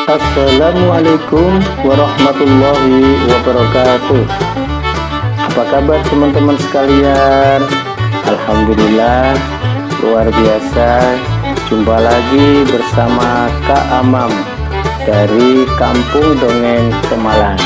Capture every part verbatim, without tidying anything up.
Assalamualaikum warahmatullahi wabarakatuh. Apa kabar teman-teman sekalian? Alhamdulillah, luar biasa. Jumpa lagi bersama Kak Amam dari Kampung Dongeng Kemalang.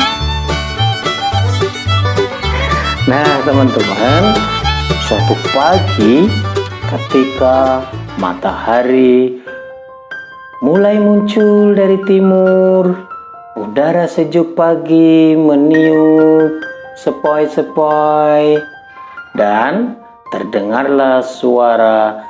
Nah teman-teman, suatu pagi ketika matahari mulai muncul dari timur, udara sejuk pagi meniup sepoi-sepoi, dan terdengarlah suara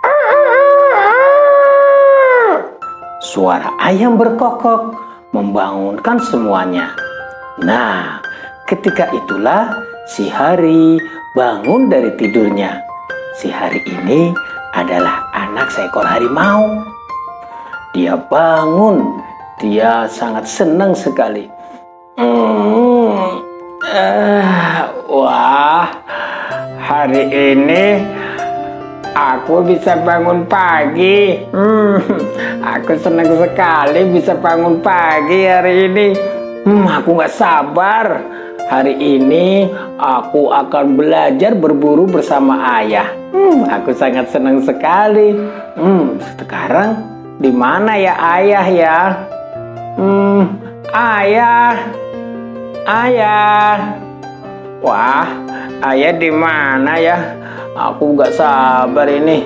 suara ayam berkokok membangunkan semuanya. Nah, ketika itulah si Hari bangun dari tidurnya. Si Hari ini adalah anak seekor harimau. Dia bangun, dia sangat senang sekali. Hmm, eh, wah, hari ini aku bisa bangun pagi. Hmm, aku senang sekali bisa bangun pagi hari ini. Hmm, aku gak sabar. Hari ini aku akan belajar berburu bersama ayah. Hmm, aku sangat senang sekali. Hmm, sekarang di mana ya ayah ya? Hmm, ayah, ayah. Wah, ayah di mana ya? Aku gak sabar ini.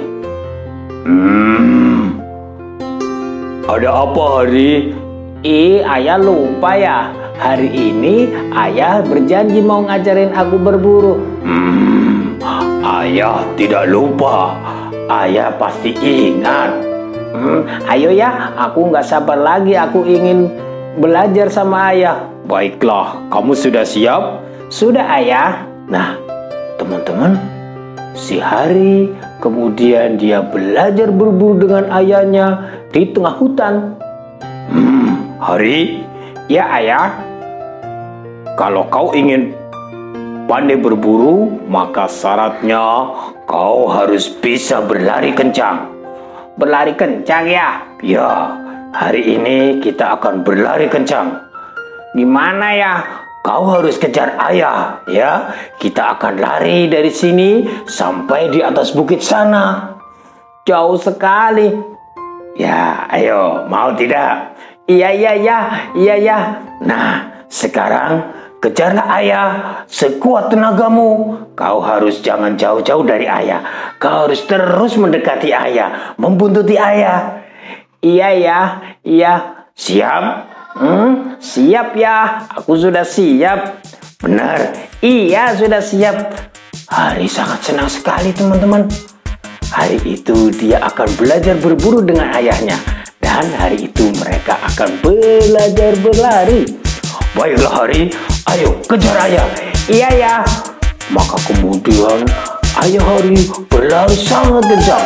Hmm, ada apa Hari? Ih, ayah lupa ya. Hari ini ayah berjanji mau ngajarin aku berburu. Hmm, ayah tidak lupa. Ayah pasti ingat. Hmm, ayo ya, aku nggak sabar lagi. Aku ingin belajar sama ayah. Baiklah, kamu sudah siap? Sudah ayah. Nah, teman-teman, si Hari kemudian dia belajar berburu dengan ayahnya di tengah hutan. Hmm, Hari, ya ayah. Kalau kau ingin pandai berburu, maka syaratnya kau harus bisa berlari kencang. Berlari kencang ya? Ya, hari ini kita akan berlari kencang. Gimana ya? Kau harus kejar ayah ya. Kita akan lari dari sini sampai di atas bukit sana. Jauh sekali. Ya, ayo, mau tidak? Iya, iya, iya, iya, iya. Nah, sekarang kejarlah ayah sekuat tenagamu. Kau harus jangan jauh-jauh dari ayah. Kau harus terus mendekati ayah, membuntuti ayah. Iya ya, iya. Siap? Hmm, siap ya. Aku sudah siap. Benar. Iya, sudah siap. Hari sangat senang sekali teman-teman. Hari itu dia akan belajar berburu dengan ayahnya. Dan hari itu mereka akan belajar berlari. Baiklah Hari, ayo kejar ayah. Iya ya. Maka kemudian ayah Hari berlari sangat kencang.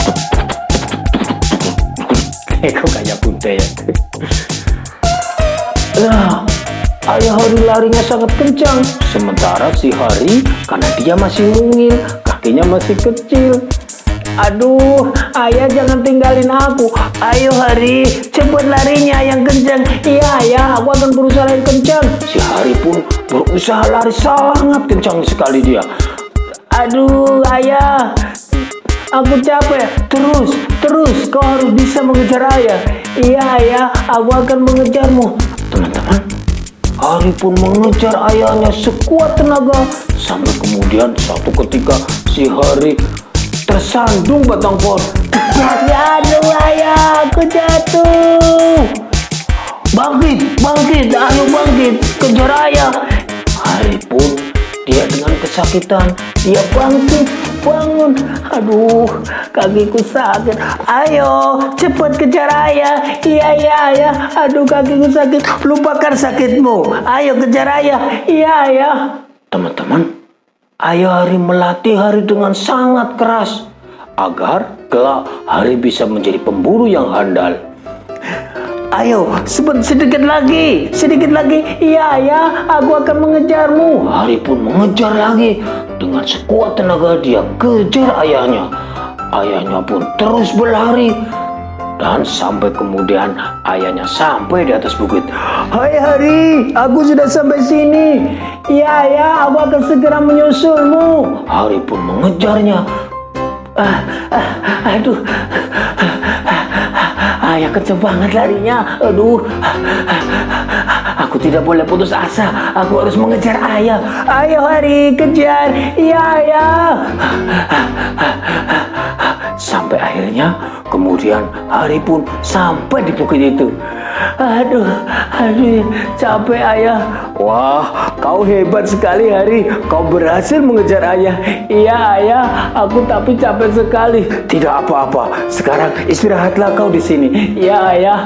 Kok kayak kuda ya. Nah, ayah Hari larinya sangat kencang. Sementara si Hari, karena dia masih mungil, kakinya masih kecil. Aduh, ayah jangan tinggalin aku. Ayo Hari, cepat larinya yang kencang. Iya ayah, aku akan berusaha lari kencang. Si Hari pun berusaha lari sangat kencang sekali dia. Aduh ayah, aku capek. Terus, terus, kau harus bisa mengejar ayah. Iya ayah, aku akan mengejarmu. Teman-teman, Hari pun mengejar ayahnya sekuat tenaga. Sampai kemudian suatu ketika si Hari tersandung batang pohon. Aduh ayah, aku jatuh. Bangkit, bangkit, ayo bangkit, kejar ayah. Hari pun dia dengan kesakitan, dia bangkit, bangun. Aduh, kakiku sakit. Ayo, cepat kejar ayah. Iya, iya, ayah. Aduh, kakiku sakit. Lupakan sakitmu. Ayo kejar ayah. Iya, ayah. Teman-teman, ayah Hari melatih Hari dengan sangat keras agar kelak Hari bisa menjadi pemburu yang handal. Ayo, sedikit lagi, sedikit lagi. Iya, ayah, aku akan mengejarmu. Hari pun mengejar lagi. Dengan sekuat tenaga dia kejar ayahnya. Ayahnya pun terus berlari. Dan sampai kemudian ayahnya sampai di atas bukit. Hai Hari, aku sudah sampai sini. Iya ayah, aku akan segera menyusulmu. Hari pun mengejarnya. Ah, ah, aduh, ayah kenceng banget larinya. Aduh, aku tidak boleh putus asa. Aku harus mengejar ayah. Ayo Hari, kejar. Iya ayah. Sampai akhirnya kemudian Hari pun sampai di bukit itu. Aduh, aduh, capek ayah. Wah, kau hebat sekali Hari. Kau berhasil mengejar ayah. Iya ayah, aku tapi capek sekali. Tidak apa-apa. Sekarang istirahatlah kau di sini. Iya ayah.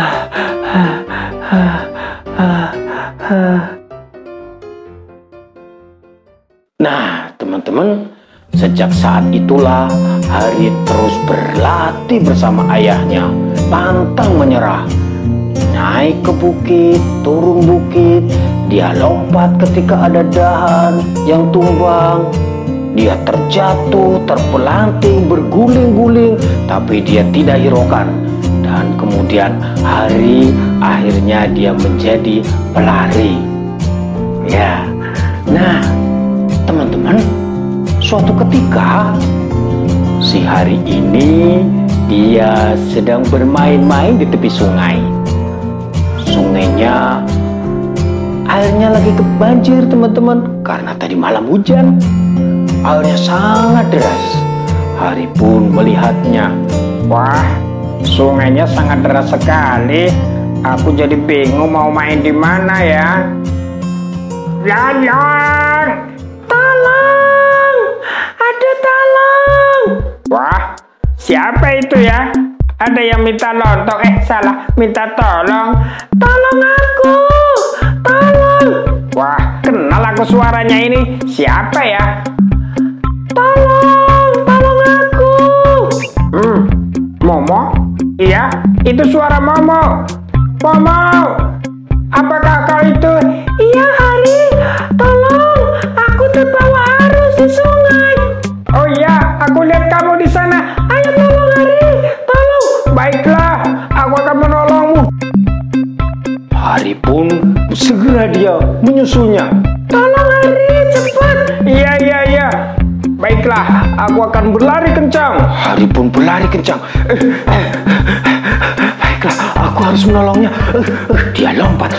Nah, teman-teman. Sejak saat itulah Hari terus berlatih bersama ayahnya, pantang menyerah. Naik ke bukit, turun bukit, dia lompat ketika ada dahan yang tumbang. Dia terjatuh, terpelanting, berguling-guling, tapi dia tidak hiraukan. Dan kemudian Hari akhirnya dia menjadi pelari. Ya, nah teman-teman, suatu ketika si Hari ini dia sedang bermain-main di tepi sungai. Sungainya airnya lagi kebanjir teman-teman, karena tadi malam hujan. Airnya sangat deras. Hari pun melihatnya. Wah, sungainya sangat deras sekali. Aku jadi bingung mau main di mana ya. Tolong, tolong, ada tolong. Wah, siapa itu ya? Ada yang minta lontong, eh salah, minta tolong. Tolong aku, tolong. Wah, kenal aku suaranya ini. Siapa ya? Tolong, tolong aku. Hmm, Momo? Iya, itu suara Momo. Momo, apakah kau itu? Iya Hari, tolong, aku terbawa arus di sungai. Oh iya, aku lihat kamu di sana. Ayo tolong Hari, tolong. Baiklah, aku akan menolongmu. Hari pun segera dia menyusulnya. Tolong Hari, cepat. Iya, iya, iya. Baiklah, aku akan berlari kencang. Hari pun berlari kencang. Baiklah, aku harus menolongnya. Dia lompat.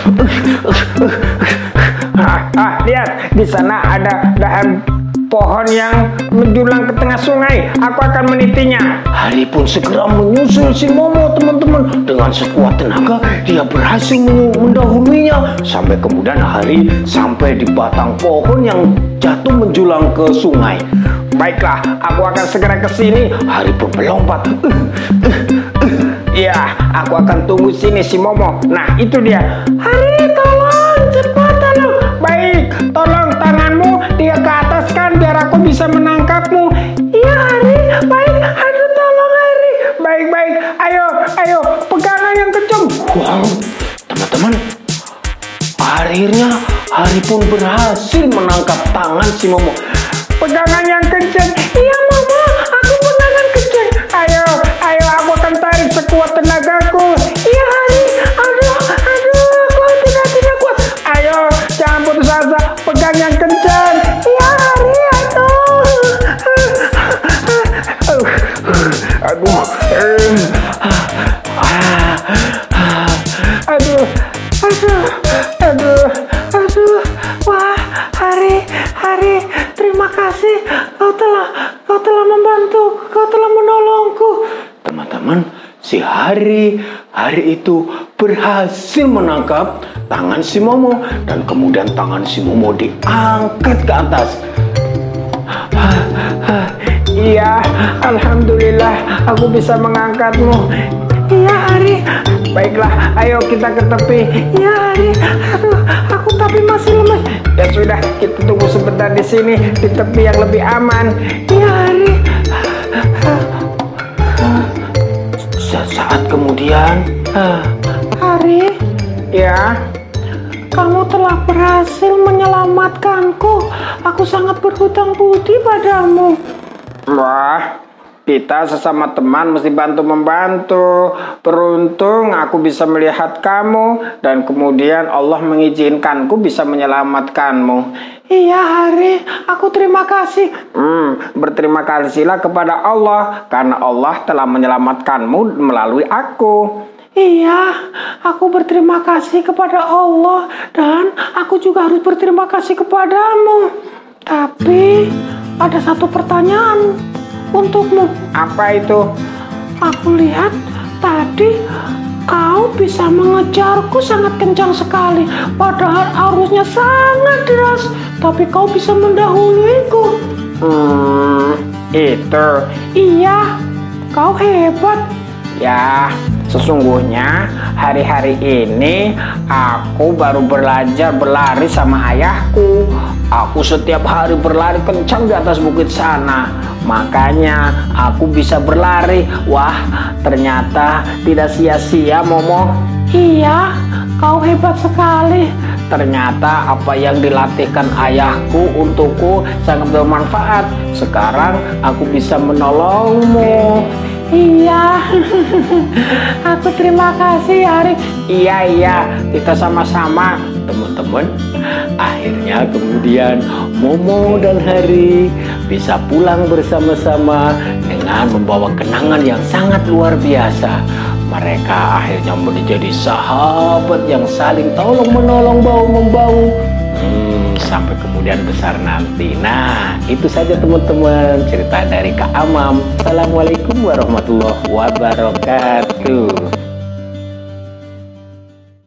Ah, ah, lihat, di sana ada dahan pohon yang menjulang ke tengah sungai. Aku akan menitinya. Hari pun segera menyusul si Momo, teman-teman. Dengan sekuat tenaga, dia berhasil mendahulunya. Sampai kemudian Hari sampai di batang pohon yang jatuh menjulang ke sungai. Baiklah, aku akan segera ke sini. Hari pun melompat. Iya, aku akan tunggu sini si Momo. Nah, itu dia. Hari, tolong, cepat tolong. Baik, tolong tanganmu dia ke atas kan biar aku bisa menangkapmu. Iya Hari, baik. Aduh, tolong Hari. Baik, baik. Ayo, ayo, pegangan yang kencang. Wow, teman-teman. Akhirnya Hari pun berhasil menangkap tangan si Momo. Pegangan yang kencang. Iya Momo, aku pegangan kencang. Ayo, ayo aku akan tarik sekuat tenagaku. Iya Hari, aduh, aduh, aku tidak tidak kuat. Ayo, jangan putus asa, pegang yang kencang. Iya Hari, aduh, aduh, aduh, aduh, aduh, aduh, aduh, wah Hari, Hari, terima kasih. Kau telah, kau telah membantu, kau telah menolongku. Teman-teman, si Hari, Hari itu berhasil menangkap tangan si Momo dan kemudian tangan si Momo diangkat ke atas. Iya, alhamdulillah aku bisa mengangkatmu. Iya Hari. Baiklah, ayo kita ke tepi. Iya Hari. Aduh, aku tapi masih lemas. Ya sudah, kita tunggu sebentar di sini di tepi yang lebih aman. Iya Hari. Sesaat kemudian, Hari, ya, kamu telah berhasil menyelamatkanku. Aku sangat berhutang budi padamu. Wah, Kita sesama teman mesti bantu-membantu. Beruntung aku bisa melihat kamu dan kemudian Allah mengizinkanku bisa menyelamatkanmu. Iya Hari, aku terima kasih. Hmm, berterima kasihlah kepada Allah karena Allah telah menyelamatkanmu melalui aku. Iya, aku berterima kasih kepada Allah dan aku juga harus berterima kasih kepadamu. Tapi ada satu pertanyaan untukmu. Apa itu? Aku lihat tadi kau bisa mengejarku sangat kencang sekali, padahal arusnya sangat deras, tapi kau bisa mendahuluiku. Hmm, itu. Iya, kau hebat. Ya, sesungguhnya hari-hari ini aku baru belajar berlari sama ayahku. Aku setiap hari berlari kencang di atas bukit sana. Makanya aku bisa berlari. Wah, ternyata tidak sia-sia, Momo. Iya, kau hebat sekali. Ternyata apa yang dilatihkan ayahku untukku sangat bermanfaat. Sekarang aku bisa menolongmu. Iya, aku terima kasih Arif. Iya, iya, kita sama-sama. Teman-teman, akhirnya kemudian Momo dan Hari bisa pulang bersama-sama dengan membawa kenangan yang sangat luar biasa. Mereka akhirnya menjadi sahabat yang saling tolong-menolong, bau-membau. Hmm, sampai kemudian besar nanti. Nah, itu saja teman-teman cerita dari Kak Amam. Assalamualaikum warahmatullahi wabarakatuh.